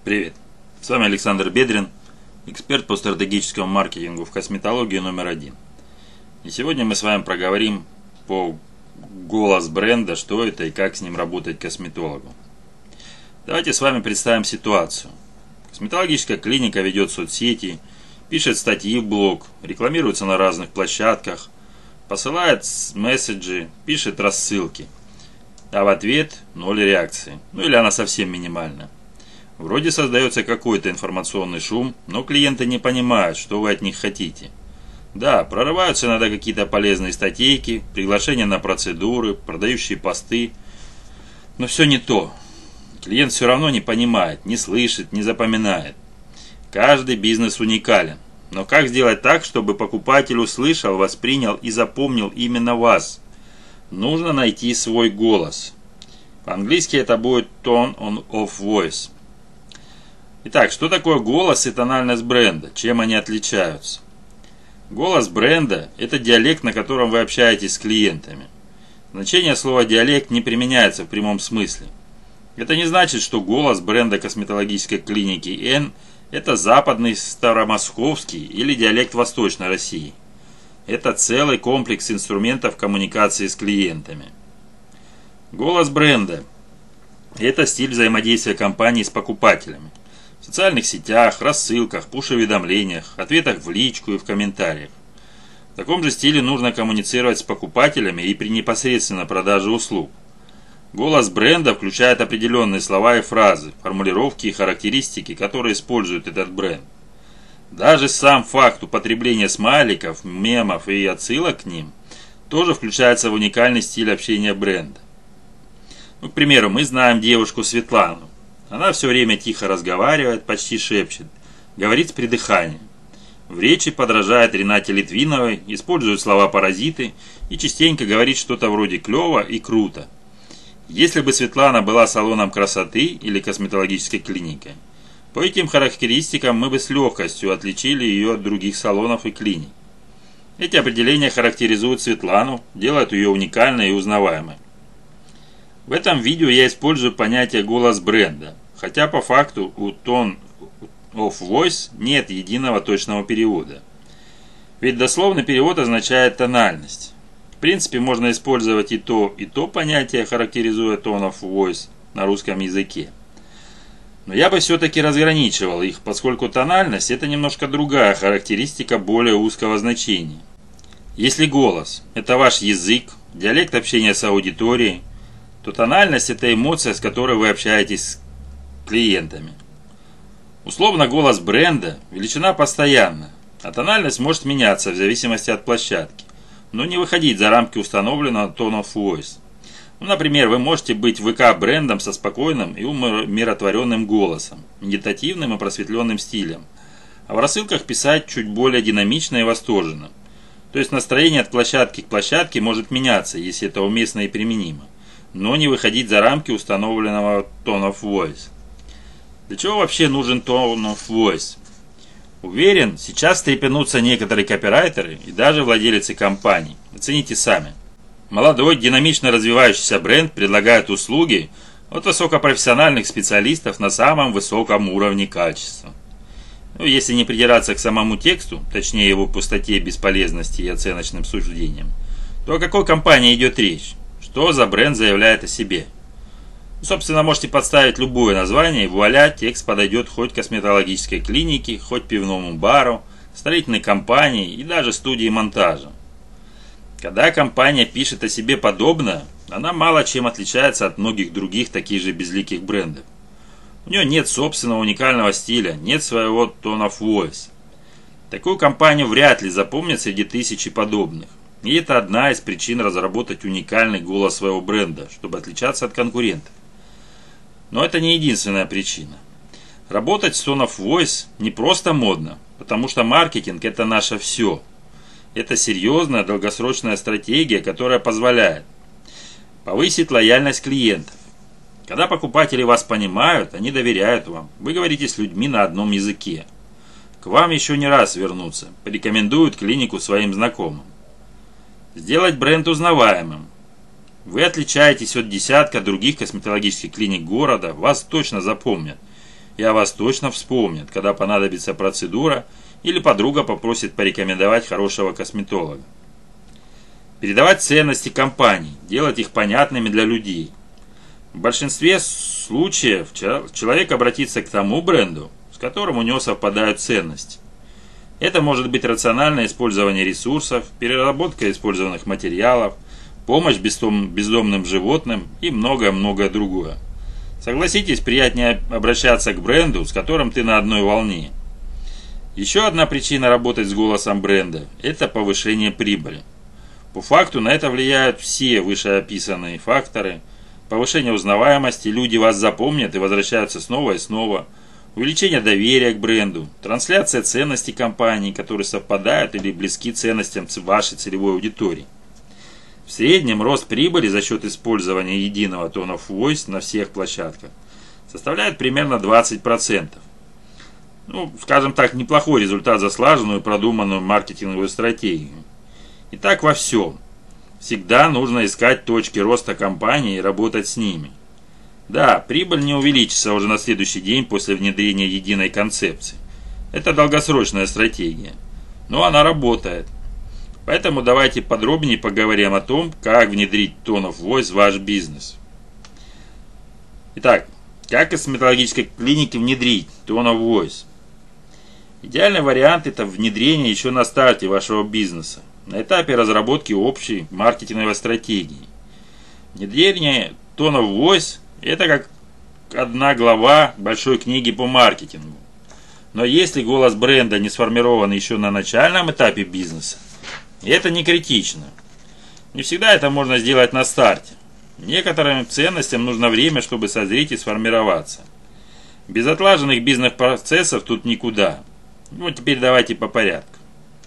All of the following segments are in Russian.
Привет, с вами Александр Бедрин, эксперт по стратегическому маркетингу в косметологии номер 1. И сегодня мы с вами проговорим по голос бренда, что это и как с ним работать косметологу. Давайте с вами представим ситуацию. Косметологическая клиника ведет соцсети, пишет статьи в блог, рекламируется на разных площадках, посылает месседжи, пишет рассылки. А в ответ ноль реакции, или она совсем минимальна. Вроде создается какой-то информационный шум, но клиенты не понимают, что вы от них хотите. Да, прорываются иногда какие-то полезные статейки, приглашения на процедуры, продающие посты, но все не то. Клиент все равно не понимает, не слышит, не запоминает. Каждый бизнес уникален, но как сделать так, чтобы покупатель услышал, воспринял и запомнил именно вас? Нужно найти свой голос. По-английски это будет tone of voice. Итак, что такое голос и тональность бренда? Чем они отличаются? Голос бренда – это диалект, на котором вы общаетесь с клиентами. Значение слова «диалект» не применяется в прямом смысле. Это не значит, что голос бренда косметологической клиники N – это западный старомосковский или диалект Восточной России. Это целый комплекс инструментов коммуникации с клиентами. Голос бренда – это стиль взаимодействия компании с покупателями. В социальных сетях, рассылках, пуш-уведомлениях, ответах в личку и в комментариях. В таком же стиле нужно коммуницировать с покупателями и при непосредственной продаже услуг. Голос бренда включает определенные слова и фразы, формулировки и характеристики, которые использует этот бренд. Даже сам факт употребления смайликов, мемов и отсылок к ним тоже включается в уникальный стиль общения бренда. К примеру, мы знаем девушку Светлану. Она все время тихо разговаривает, почти шепчет, говорит с придыханием. В речи подражает Ренате Литвиновой, использует слова-паразиты и частенько говорит что-то вроде «клево» и «круто». Если бы Светлана была салоном красоты или косметологической клиникой, по этим характеристикам мы бы с легкостью отличили ее от других салонов и клиник. Эти определения характеризуют Светлану, делают ее уникальной и узнаваемой. В этом видео я использую понятие «голос бренда», хотя по факту у tone of voice нет единого точного перевода. Ведь дословный перевод означает тональность. В принципе, можно использовать и то понятие, характеризуя tone of voice на русском языке. Но я бы все-таки разграничивал их, поскольку тональность – это немножко другая характеристика более узкого значения. Если голос – это ваш язык, диалект общения с аудиторией, то тональность – это эмоция, с которой вы общаетесь с клиентами. Условно, голос бренда – величина постоянна, а тональность может меняться в зависимости от площадки, но не выходить за рамки установленного tone of voice. Например, вы можете быть ВК-брендом со спокойным и умиротворенным голосом, медитативным и просветленным стилем, а в рассылках писать чуть более динамично и восторженно. То есть настроение от площадки к площадке может меняться, если это уместно и применимо, но не выходить за рамки установленного tone of voice. Для чего вообще нужен tone of voice? Уверен, сейчас встрепенутся некоторые копирайтеры и даже владельцы компаний. Оцените сами. Молодой, динамично развивающийся бренд предлагает услуги от высокопрофессиональных специалистов на самом высоком уровне качества. Если не придираться к самому тексту, точнее его пустоте, бесполезности и оценочным суждениям, то о какой компании идет речь? Что за бренд заявляет о себе? Собственно, можете подставить любое название, и вуаля, текст подойдет хоть косметологической клинике, хоть пивному бару, строительной компании и даже студии монтажа. Когда компания пишет о себе подобное, она мало чем отличается от многих других таких же безликих брендов. У нее нет собственного уникального стиля, нет своего tone of voice. Такую компанию вряд ли запомнят среди тысячи подобных. И это одна из причин разработать уникальный голос своего бренда, чтобы отличаться от конкурентов. Но это не единственная причина. Работать с tone of voice не просто модно, потому что маркетинг – это наше все. Это серьезная долгосрочная стратегия, которая позволяет повысить лояльность клиентов. Когда покупатели вас понимают, они доверяют вам. Вы говорите с людьми на одном языке. К вам еще не раз вернутся, порекомендуют клинику своим знакомым. Сделать бренд узнаваемым. Вы отличаетесь от десятка других косметологических клиник города, вас точно запомнят. и о вас точно вспомнят, когда понадобится процедура или подруга попросит порекомендовать хорошего косметолога. Передавать ценности компании, делать их понятными для людей. В большинстве случаев человек обратится к тому бренду, с которым у него совпадают ценности. Это может быть рациональное использование ресурсов, переработка использованных материалов, помощь бездомным животным и многое-многое другое. Согласитесь, приятнее обращаться к бренду, с которым ты на одной волне. Еще одна причина работать с голосом бренда – это повышение прибыли. По факту на это влияют все вышеописанные факторы. Повышение узнаваемости, люди вас запомнят и возвращаются снова и снова. Увеличение доверия к бренду, трансляция ценностей компании, которые совпадают или близки ценностям вашей целевой аудитории. В среднем рост прибыли за счет использования единого Tone of Voice на всех площадках составляет примерно 20%. Скажем так, неплохой результат за слаженную и продуманную маркетинговую стратегию. И так во всем. Всегда нужно искать точки роста компании и работать с ними. Да, прибыль не увеличится уже на следующий день после внедрения единой концепции. Это долгосрочная стратегия. Но она работает. Поэтому давайте подробнее поговорим о том, как внедрить Tone of Voice в ваш бизнес. Итак, как из косметологической клиники внедрить Tone of Voice? Идеальный вариант – это внедрение еще на старте вашего бизнеса, на этапе разработки общей маркетинговой стратегии. Внедрение Tone of Voice – это как одна глава большой книги по маркетингу. Но если голос бренда не сформирован еще на начальном этапе бизнеса, это не критично. Не всегда это можно сделать на старте. Некоторым ценностям нужно время, чтобы созреть и сформироваться. Без отлаженных бизнес-процессов тут никуда. Теперь давайте по порядку.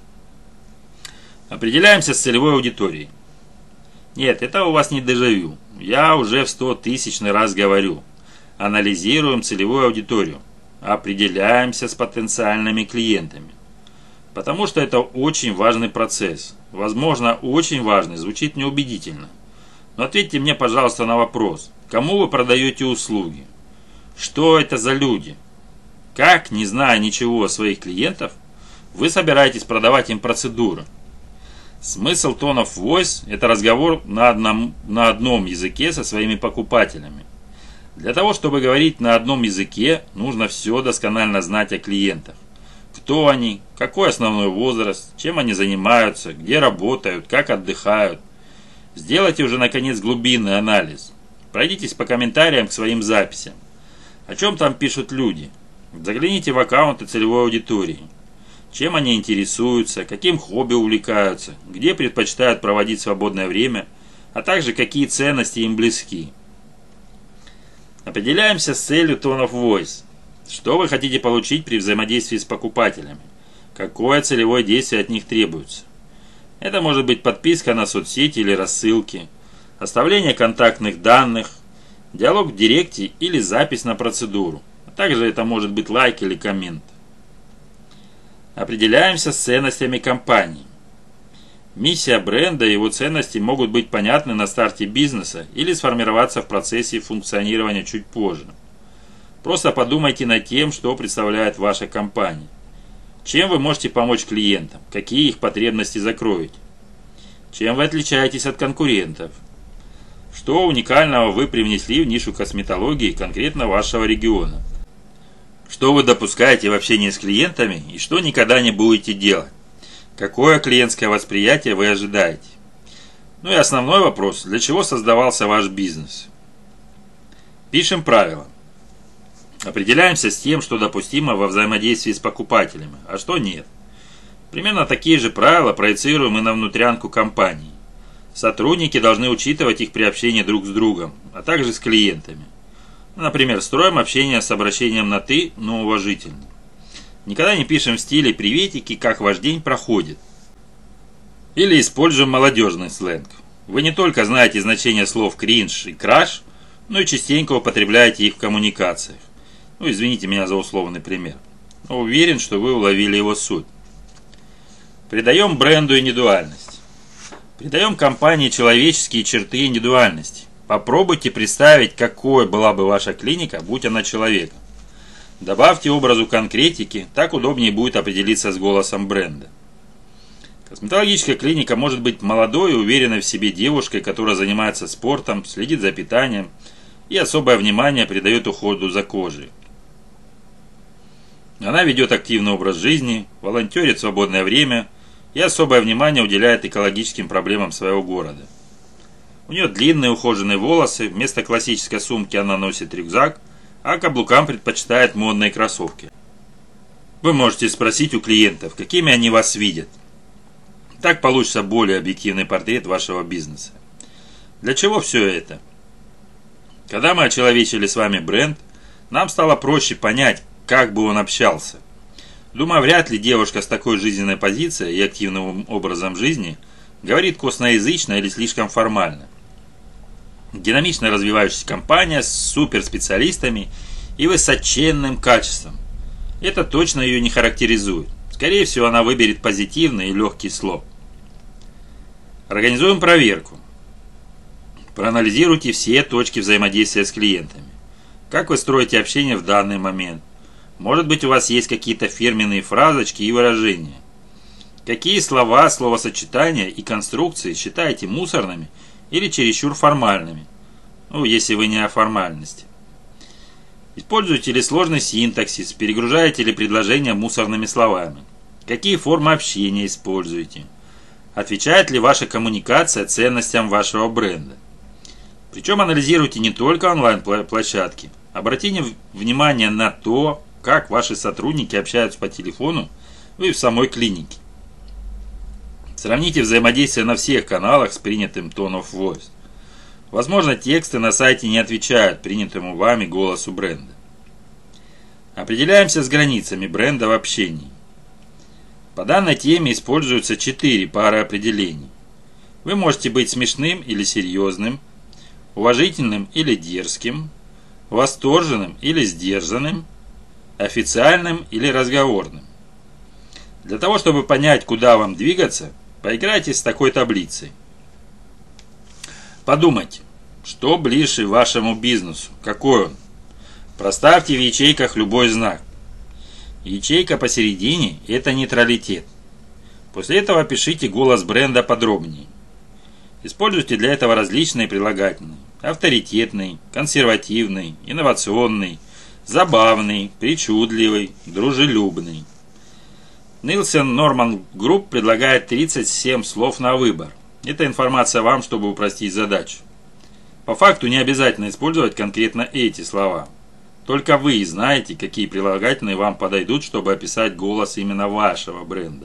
Определяемся с целевой аудиторией. Нет, это у вас не дежавю. Я уже в 100-тысячный раз говорю. Анализируем целевую аудиторию. Определяемся с потенциальными клиентами. Потому что это очень важный процесс. Возможно, очень важный, звучит неубедительно. Но ответьте мне, пожалуйста, на вопрос. Кому вы продаете услуги? Что это за люди? Как, не зная ничего о своих клиентов, вы собираетесь продавать им процедуры? Смысл Tone of Voice – это разговор на одном языке со своими покупателями. Для того, чтобы говорить на одном языке, нужно все досконально знать о клиентах. Кто они, какой основной возраст, чем они занимаются, где работают, как отдыхают. Сделайте уже, наконец, глубинный анализ. Пройдитесь по комментариям к своим записям. О чем там пишут люди? Загляните в аккаунты целевой аудитории. Чем они интересуются, каким хобби увлекаются, где предпочитают проводить свободное время, а также какие ценности им близки. Определяемся с целью Tone of Voice. Что вы хотите получить при взаимодействии с покупателями? Какое целевое действие от них требуется? Это может быть подписка на соцсети или рассылки, оставление контактных данных, диалог в директе или запись на процедуру. А также это может быть лайк или коммент. Определяемся с ценностями компании. Миссия бренда и его ценности могут быть понятны на старте бизнеса или сформироваться в процессе функционирования чуть позже. Просто подумайте над тем, что представляет ваша компания. Чем вы можете помочь клиентам? Какие их потребности закроете? Чем вы отличаетесь от конкурентов? Что уникального вы привнесли в нишу косметологии конкретно вашего региона? Что вы допускаете в общении с клиентами и что никогда не будете делать? Какое клиентское восприятие вы ожидаете? И основной вопрос, для чего создавался ваш бизнес? Пишем правила. Определяемся с тем, что допустимо во взаимодействии с покупателями, а что нет. Примерно такие же правила проецируем и на внутрянку компании. Сотрудники должны учитывать их при общении друг с другом, а также с клиентами. Например, строим общение с обращением на «ты», но уважительно. Никогда не пишем в стиле «приветики, как ваш день проходит». Или используем молодежный сленг. Вы не только знаете значение слов «кринж» и «краш», но и частенько употребляете их в коммуникациях. Извините меня за условный пример. Но уверен, что вы уловили его суть. Придаем бренду индивидуальность. Придаем компании человеческие черты индивидуальности. Попробуйте представить, какой была бы ваша клиника, будь она человеком. Добавьте образу конкретики, так удобнее будет определиться с голосом бренда. Косметологическая клиника может быть молодой и уверенной в себе девушкой, которая занимается спортом, следит за питанием и особое внимание придает уходу за кожей. Она ведет активный образ жизни, волонтерит в свободное время и особое внимание уделяет экологическим проблемам своего города. У нее длинные ухоженные волосы, вместо классической сумки она носит рюкзак, а каблукам предпочитает модные кроссовки. Вы можете спросить у клиентов, какими они вас видят. Так получится более объективный портрет вашего бизнеса. Для чего все это? Когда мы очеловечили с вами бренд, нам стало проще понять, как бы он общался. Думаю, вряд ли девушка с такой жизненной позицией и активным образом жизни говорит косноязычно или слишком формально. Динамично развивающаяся компания с суперспециалистами и высоченным качеством. Это точно ее не характеризует. Скорее всего, она выберет позитивный и легкий слог. Организуем проверку. Проанализируйте все точки взаимодействия с клиентами. Как вы строите общение в данный момент? Может быть, у вас есть какие-то фирменные фразочки и выражения. Какие слова, словосочетания и конструкции считаете мусорными или чересчур формальными? Если вы не о формальности. Используете ли сложный синтаксис, перегружаете ли предложения мусорными словами? Какие формы общения используете? Отвечает ли ваша коммуникация ценностям вашего бренда? Причем анализируйте не только онлайн-площадки. Обратите внимание на то, как ваши сотрудники общаются по телефону и в самой клинике. Сравните взаимодействие на всех каналах с принятым tone of voice. Возможно, тексты на сайте не отвечают принятому вами голосу бренда. Определяемся с границами бренда в общении. По данной теме используются 4 пары определений. Вы можете быть смешным или серьезным, уважительным или дерзким, восторженным или сдержанным, официальным или разговорным. Для того, чтобы понять, куда вам двигаться, поиграйте с такой таблицей. Подумайте, что ближе вашему бизнесу, какой он. Проставьте в ячейках любой знак. Ячейка посередине – это нейтралитет. После этого опишите голос бренда подробнее. Используйте для этого различные прилагательные. Авторитетный, консервативный, инновационный, забавный, причудливый, дружелюбный. Nielsen Norman Group предлагает 37 слов на выбор. Это информация вам, чтобы упростить задачу. По факту не обязательно использовать конкретно эти слова. Только вы знаете, какие прилагательные вам подойдут, чтобы описать голос именно вашего бренда.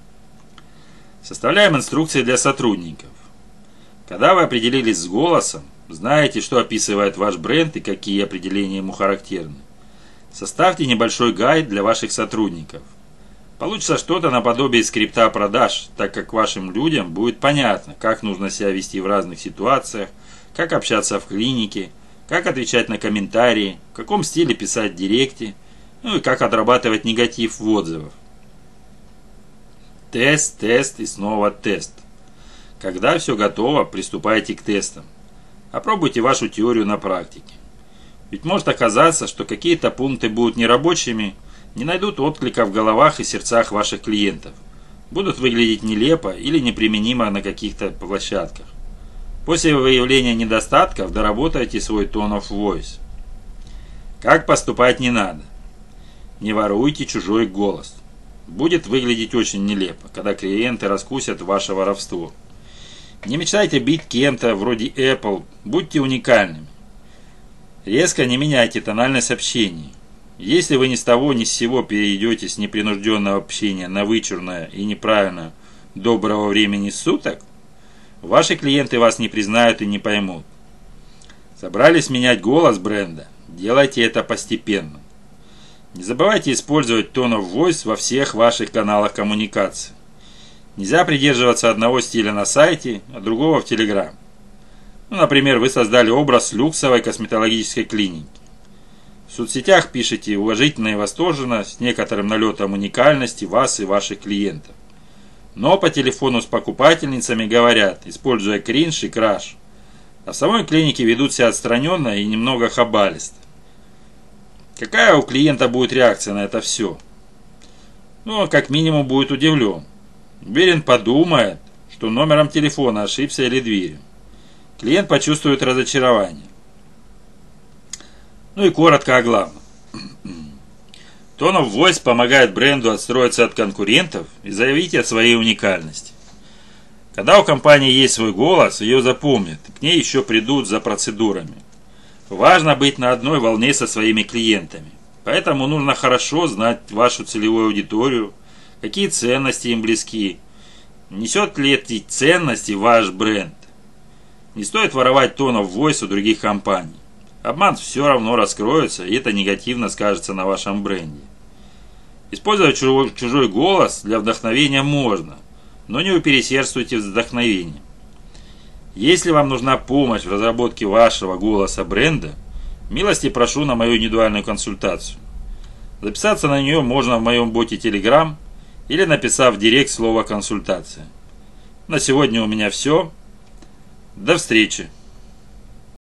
Составляем инструкции для сотрудников. Когда вы определились с голосом, знаете, что описывает ваш бренд и какие определения ему характерны. Составьте небольшой гайд для ваших сотрудников. Получится что-то наподобие скрипта продаж, так как вашим людям будет понятно, как нужно себя вести в разных ситуациях, как общаться в клинике, как отвечать на комментарии, в каком стиле писать в директе, и как отрабатывать негатив в отзывах. Тест, тест и снова тест. Когда все готово, приступайте к тестам. Опробуйте вашу теорию на практике. Ведь может оказаться, что какие-то пункты будут нерабочими, не найдут отклика в головах и сердцах ваших клиентов, будут выглядеть нелепо или неприменимо на каких-то площадках. После выявления недостатков доработайте свой tone of voice. Как поступать не надо. Не воруйте чужой голос. Будет выглядеть очень нелепо, когда клиенты раскусят ваше воровство. Не мечтайте быть кем-то вроде Apple, будьте уникальными. Резко не меняйте тональность общения. Если вы ни с того ни с сего перейдете с непринужденного общения на вычурное и неправильное «доброго времени суток», ваши клиенты вас не признают и не поймут. Собрались менять голос бренда? Делайте это постепенно. Не забывайте использовать tone of voice во всех ваших каналах коммуникации. Нельзя придерживаться одного стиля на сайте, а другого в Telegram. Например, вы создали образ люксовой косметологической клиники. В соцсетях пишите уважительно и восторженно, с некоторым налетом уникальности вас и ваших клиентов. Но по телефону с покупательницами говорят, используя кринж и краш. А в самой клинике ведут себя отстраненно и немного хабалисто. Какая у клиента будет реакция на это все? Ну, он как минимум будет удивлен. Уверен, подумает, что номером телефона ошибся или дверью. Клиент почувствует разочарование. Ну и коротко о главном. Tone of Voice помогает бренду отстроиться от конкурентов и заявить о своей уникальности. Когда у компании есть свой голос, ее запомнят, и к ней еще придут за процедурами. Важно быть на одной волне со своими клиентами. Поэтому нужно хорошо знать вашу целевую аудиторию, какие ценности им близки, несет ли эти ценности ваш бренд. Не стоит воровать Tone of Voice у других компаний. Обман все равно раскроется, и это негативно скажется на вашем бренде. Использовать чужой голос для вдохновения можно, но не переусердствуйте с вдохновением. Если вам нужна помощь в разработке вашего голоса бренда, милости прошу на мою индивидуальную консультацию. Записаться на нее можно в моем боте Telegram или написав в директ слово «консультация». На сегодня у меня все. До встречи!